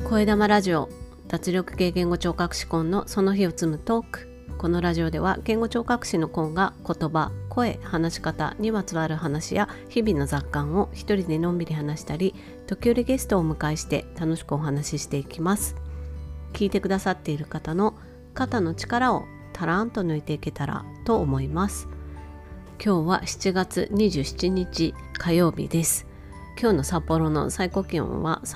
声玉ラジオ、脱力系言語聴覚士コンのその日を積むトーク。このラジオでは言語聴覚士のコンが言葉、声、話し方にまつわる話や日々の雑感を一人でのんびり話したり、時折ゲストをお迎えして楽しくお話ししていきます。聞いてくださっている方の肩の力をたらんと抜いていけたらと思います。今日は7月27日火曜日です。今日の札幌の最高気温は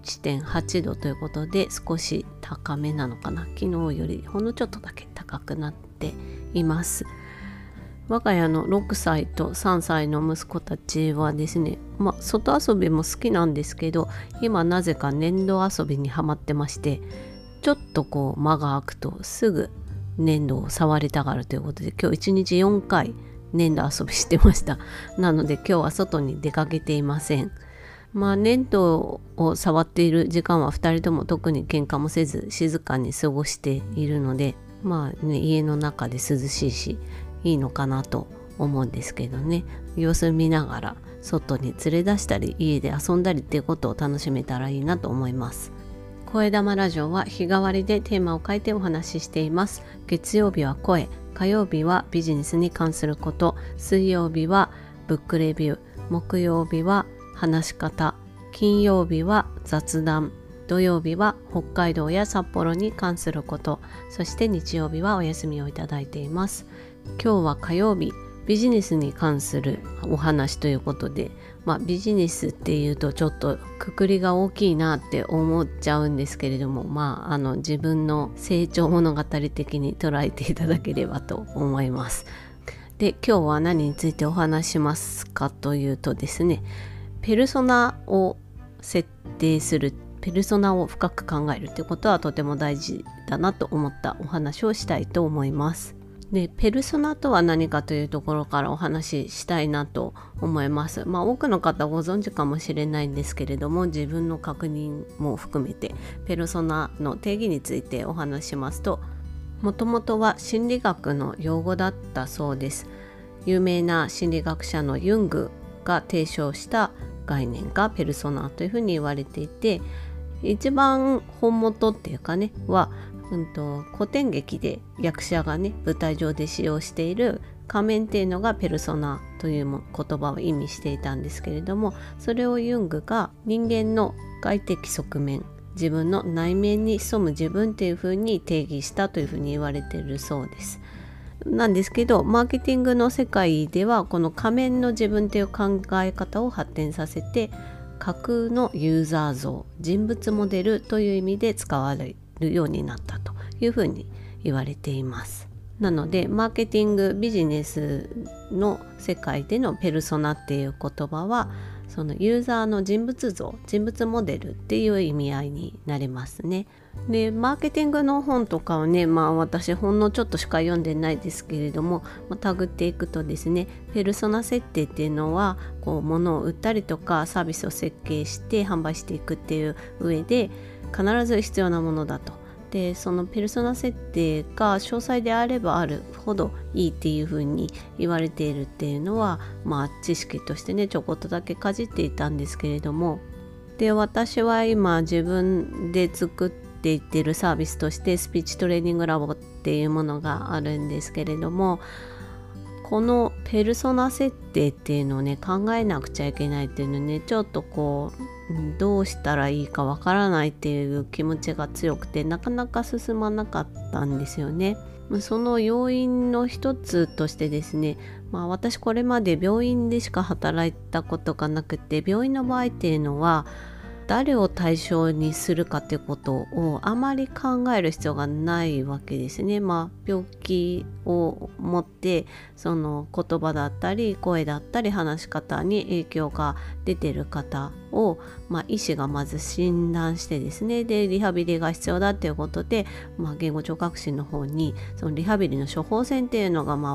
31.8 度ということで、少し高めなのかな。昨日よりほんのちょっとだけ高くなっています。我が家の6歳と3歳の息子たちはですね、外遊びも好きなんですけど、今なぜか粘土遊びにハマってまして、ちょっと間が空くとすぐ粘土を触りたがるということで、今日1日4回粘土遊びしてました。なので今日は外に出かけていません。粘土を触っている時間は2人とも特に喧嘩もせず静かに過ごしているので、家の中で涼しいしいいのかなと思うんですけどね、様子見ながら外に連れ出したり家で遊んだりっていうことを楽しめたらいいなと思います。声玉ラジオは日替わりでテーマを変えてお話ししています。月曜日は声、火曜日はビジネスに関すること、水曜日はブックレビュー、木曜日は話し方、金曜日は雑談、土曜日は北海道や札幌に関すること、そして日曜日はお休みをいただいています。今日は火曜日、ビジネスに関するお話ということで、ビジネスっていうとちょっとくくりが大きいなって思っちゃうんですけれども、自分の成長物語的に捉えていただければと思います。で、今日は何についてお話しますかというとですね、ペルソナを設定する、ペルソナを深く考えるということはとても大事だなと思ったお話をしたいと思います。で、ペルソナとは何かというところからお話ししたいなと思います。多くの方ご存知かもしれないんですけれども、自分の確認も含めてペルソナの定義についてお話しますと、もともとは心理学の用語だったそうです。有名な心理学者のユングが提唱した概念がペルソナというふうに言われていて、一番本元っていうかねは古典劇で役者がね舞台上で使用している仮面っていうのがペルソナという言葉を意味していたんですけれども、それをユングが人間の外的側面、自分の内面に潜む自分っていうふうに定義したというふうに言われているそうです。なんですけど、マーケティングの世界ではこの仮面の自分っていう考え方を発展させて、架空のユーザー像、人物モデルという意味で使われるようになったというふうに言われています。なのでマーケティングビジネスの世界でのペルソナっていう言葉は、そのユーザーの人物像、人物モデルっていう意味合いになりますね。で、マーケティングの本とかをね、私ほんのちょっとしか読んでないですけれども、タグっていくとですね、ペルソナ設定っていうのは物を売ったりとかサービスを設計して販売していくっていう上で必ず必要なものだと。で、そのペルソナ設定が詳細であればあるほどいいっていう風に言われているっていうのは、知識としてねちょこっとだけかじっていたんですけれども、で、私は今自分で作っていってるサービスとしてスピーチトレーニングラボっていうものがあるんですけれども、このペルソナ設定っていうのをね考えなくちゃいけないっていうのね、ちょっとどうしたらいいかわからないっていう気持ちが強くて、なかなか進まなかったんですよね。その要因の一つとしてですね、私これまで病院でしか働いたことがなくて、病院の場合っていうのは誰を対象にするかっていうことをあまり考える必要がないわけですね。病気を持ってその言葉だったり声だったり話し方に影響が出てる方を、医師がまず診断してですね、でリハビリが必要だっていうことで、言語聴覚士の方にそのリハビリの処方箋っていうのが回っ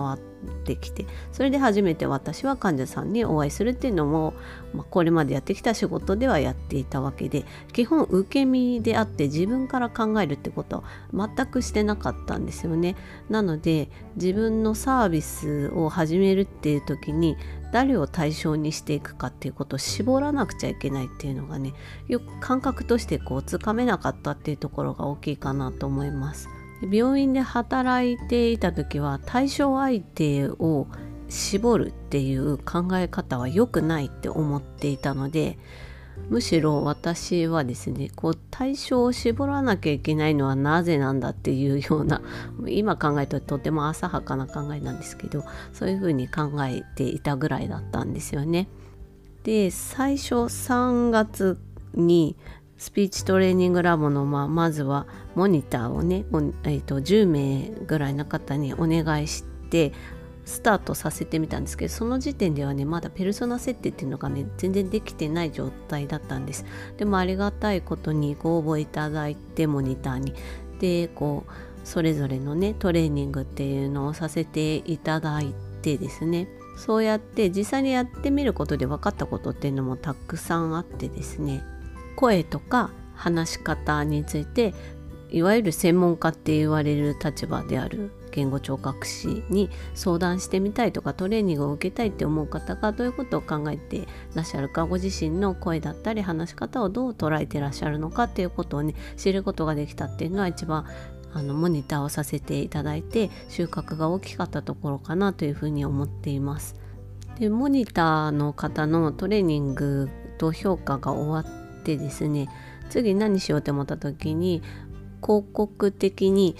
てきて、それで初めて私は患者さんにお会いするっていうのも、これまでやってきた仕事ではやっていたわけで、基本受け身であって自分から考えるってことは全くしてなかったんですよね。なので自分のサービスを始めるっていう時に誰を対象にしていくかっていうことを絞らなくちゃいけないっていうのがね、よく感覚としてつかめなかったっていうところが大きいかなと思います。病院で働いていた時は対象相手を絞るっていう考え方は良くないって思っていたので、むしろ私はですね、対象を絞らなきゃいけないのはなぜなんだっていうような、今考えるととても浅はかな考えなんですけど、そういうふうに考えていたぐらいだったんですよね。で、最初3月にスピーチトレーニングラボの、まずはモニターをね、10名ぐらいの方にお願いしてスタートさせてみたんですけど、その時点ではね、まだペルソナ設定っていうのがね全然できてない状態だったんです。でもありがたいことにご応募いただいて、モニターにでそれぞれのねトレーニングっていうのをさせていただいてですね、そうやって実際にやってみることで分かったことっていうのもたくさんあってですね、声とか話し方についていわゆる専門家って言われる立場である言語聴覚士に相談してみたいとか、トレーニングを受けたいって思う方がどういうことを考えてらっしゃるか、ご自身の声だったり話し方をどう捉えてらっしゃるのかっていうことをね知ることができたっていうのは一番モニターをさせていただいて収穫が大きかったところかなというふうに思っています。で、モニターの方のトレーニングと評価が終わってですね、次何しようって思った時に、広告的に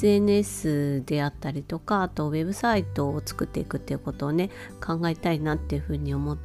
SNS であったりとか、あとウェブサイトを作っていくっていうことをね考えたいなっていうふうに思って、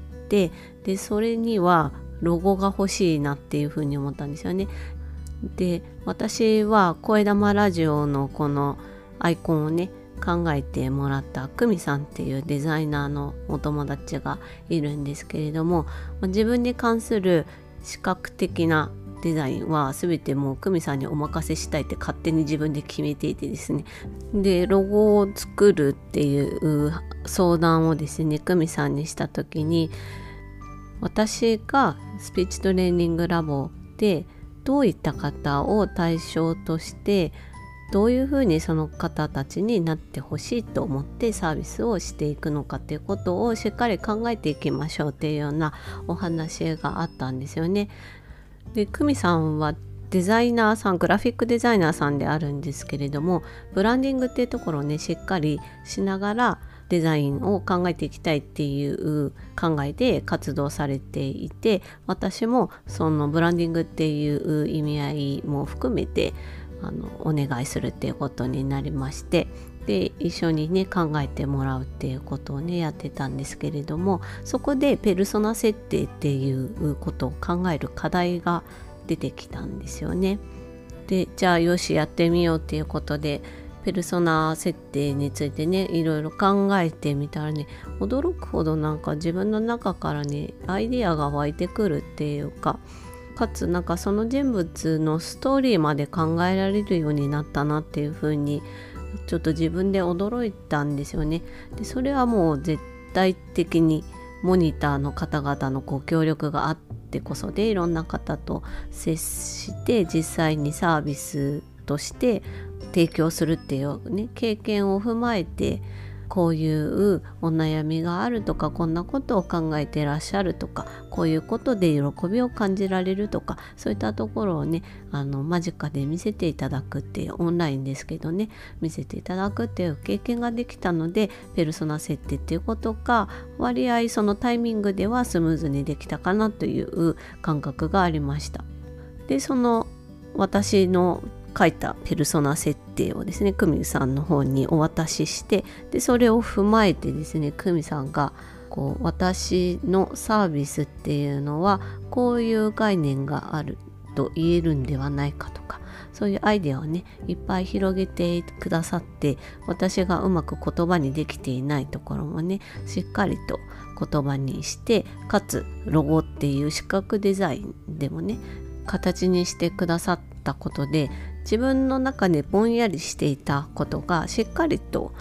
でそれにはロゴが欲しいなっていうふうに思ったんですよね。で、私は声玉ラジオのこのアイコンをね考えてもらった久美さんっていうデザイナーのお友達がいるんですけれども、自分に関する視覚的なデザインは全てもう久美さんにお任せしたいって勝手に自分で決めていてですね、でロゴを作るっていう相談をですね久美さんにした時に、私がスピーチトレーニングラボでどういった方を対象としてどういうふうにその方たちになってほしいと思ってサービスをしていくのかっていうことをしっかり考えていきましょうっていうようなお話があったんですよね。で、久美さんはデザイナーさん、グラフィックデザイナーさんであるんですけれども、ブランディングっていうところをねしっかりしながらデザインを考えていきたいっていう考えで活動されていて、私もそのブランディングっていう意味合いも含めてお願いするっていうことになりまして、で一緒にね考えてもらうっていうことをねやってたんですけれども、そこでペルソナ設定っていうことを考える課題が出てきたんですよね。で、じゃあよしやってみようっていうことでペルソナ設定についてねいろいろ考えてみたらね、驚くほどなんか自分の中からねアイディアが湧いてくるっていうか、かつなんかその人物のストーリーまで考えられるようになったなっていう風にちょっと自分で驚いたんですよね。でそれはもう絶対的にモニターの方々のご協力があってこそで、いろんな方と接して実際にサービスとして提供するっていうね経験を踏まえて、こういうお悩みがあるとか、こんなことを考えてらっしゃるとか、こういうことで喜びを感じられるとか、そういったところをね間近で見せていただくっていう、オンラインですけどね見せていただくっていう経験ができたので、ペルソナ設定っていうことが割合そのタイミングではスムーズにできたかなという感覚がありました。で、その私の書いたペルソナ設定をですね久美さんの方にお渡しして、でそれを踏まえてですね久美さんが私のサービスっていうのはこういう概念があると言えるんではないかとか、そういうアイデアをねいっぱい広げてくださって、私がうまく言葉にできていないところもねしっかりと言葉にして、かつロゴっていう視覚デザインでもね形にしてくださったことで、自分の中でぼんやりしていたことがしっかりと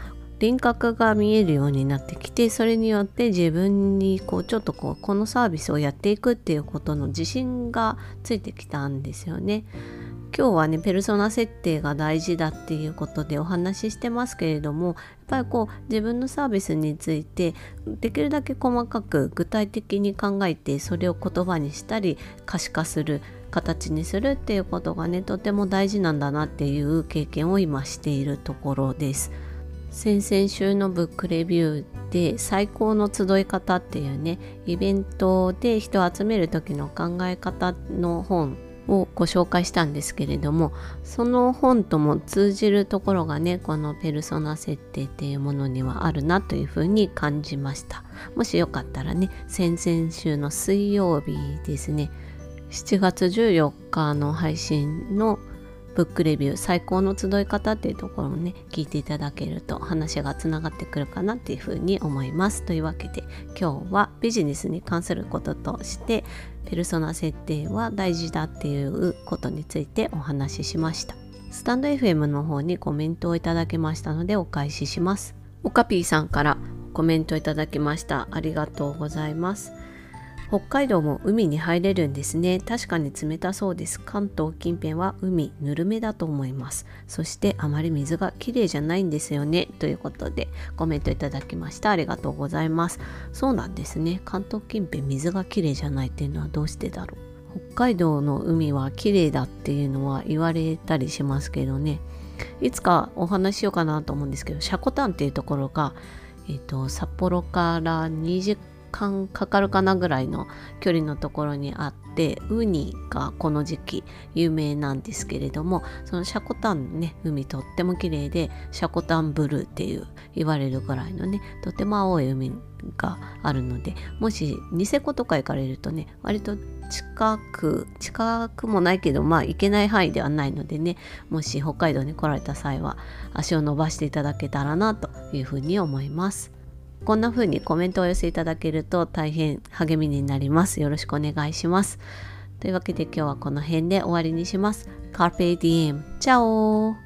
輪郭が見えるようになってきて、それによって自分にちょっとこのサービスをやっていくっていうことの自信がついてきたんですよね。今日はね、ペルソナ設定が大事だっていうことでお話ししてますけれども、やっぱり自分のサービスについてできるだけ細かく具体的に考えて、それを言葉にしたり可視化する、形にするっていうことがね、とても大事なんだなっていう経験を今しているところです。先々週のブックレビューで最高の集い方っていうね、イベントで人を集める時の考え方の本をご紹介したんですけれども、その本とも通じるところがね、このペルソナ設定っていうものにはあるなというふうに感じました。もしよかったらね、先々週の水曜日ですね、7月14日の配信のブックレビュー最高の集い方っていうところをね、聞いていただけると話がつながってくるかなっていうふうに思います。というわけで今日はビジネスに関することとしてペルソナ設定は大事だっていうことについてお話ししました。スタンド FM の方にコメントをいただきましたのでお返しします。オカピーさんからコメントいただきました。ありがとうございます。北海道も海に入れるんですね。確かに冷たそうです。関東近辺は海ぬるめだと思います。そしてあまり水がきれいじゃないんですよね、ということでコメントいただきました。ありがとうございます。そうなんですね。関東近辺水がきれいじゃないっていうのはどうしてだろう。北海道の海はきれいだっていうのは言われたりしますけどね、いつかお話ししようかなと思うんですけど、積丹っていうところが、札幌から2時間かかるかなぐらいの距離のところにあって、ウニがこの時期有名なんですけれども、その積丹のね、海とっても綺麗で、積丹ブルーっていう言われるぐらいのね、とても青い海があるので、もしニセコとか行かれるとね、割と近くもないけど、行けない範囲ではないのでね、もし北海道に来られた際は足を伸ばしていただけたらなというふうに思います。こんな風にコメントをお寄せいただけると大変励みになります。よろしくお願いします。というわけで今日はこの辺で終わりにします。Carpe Diem。チャオ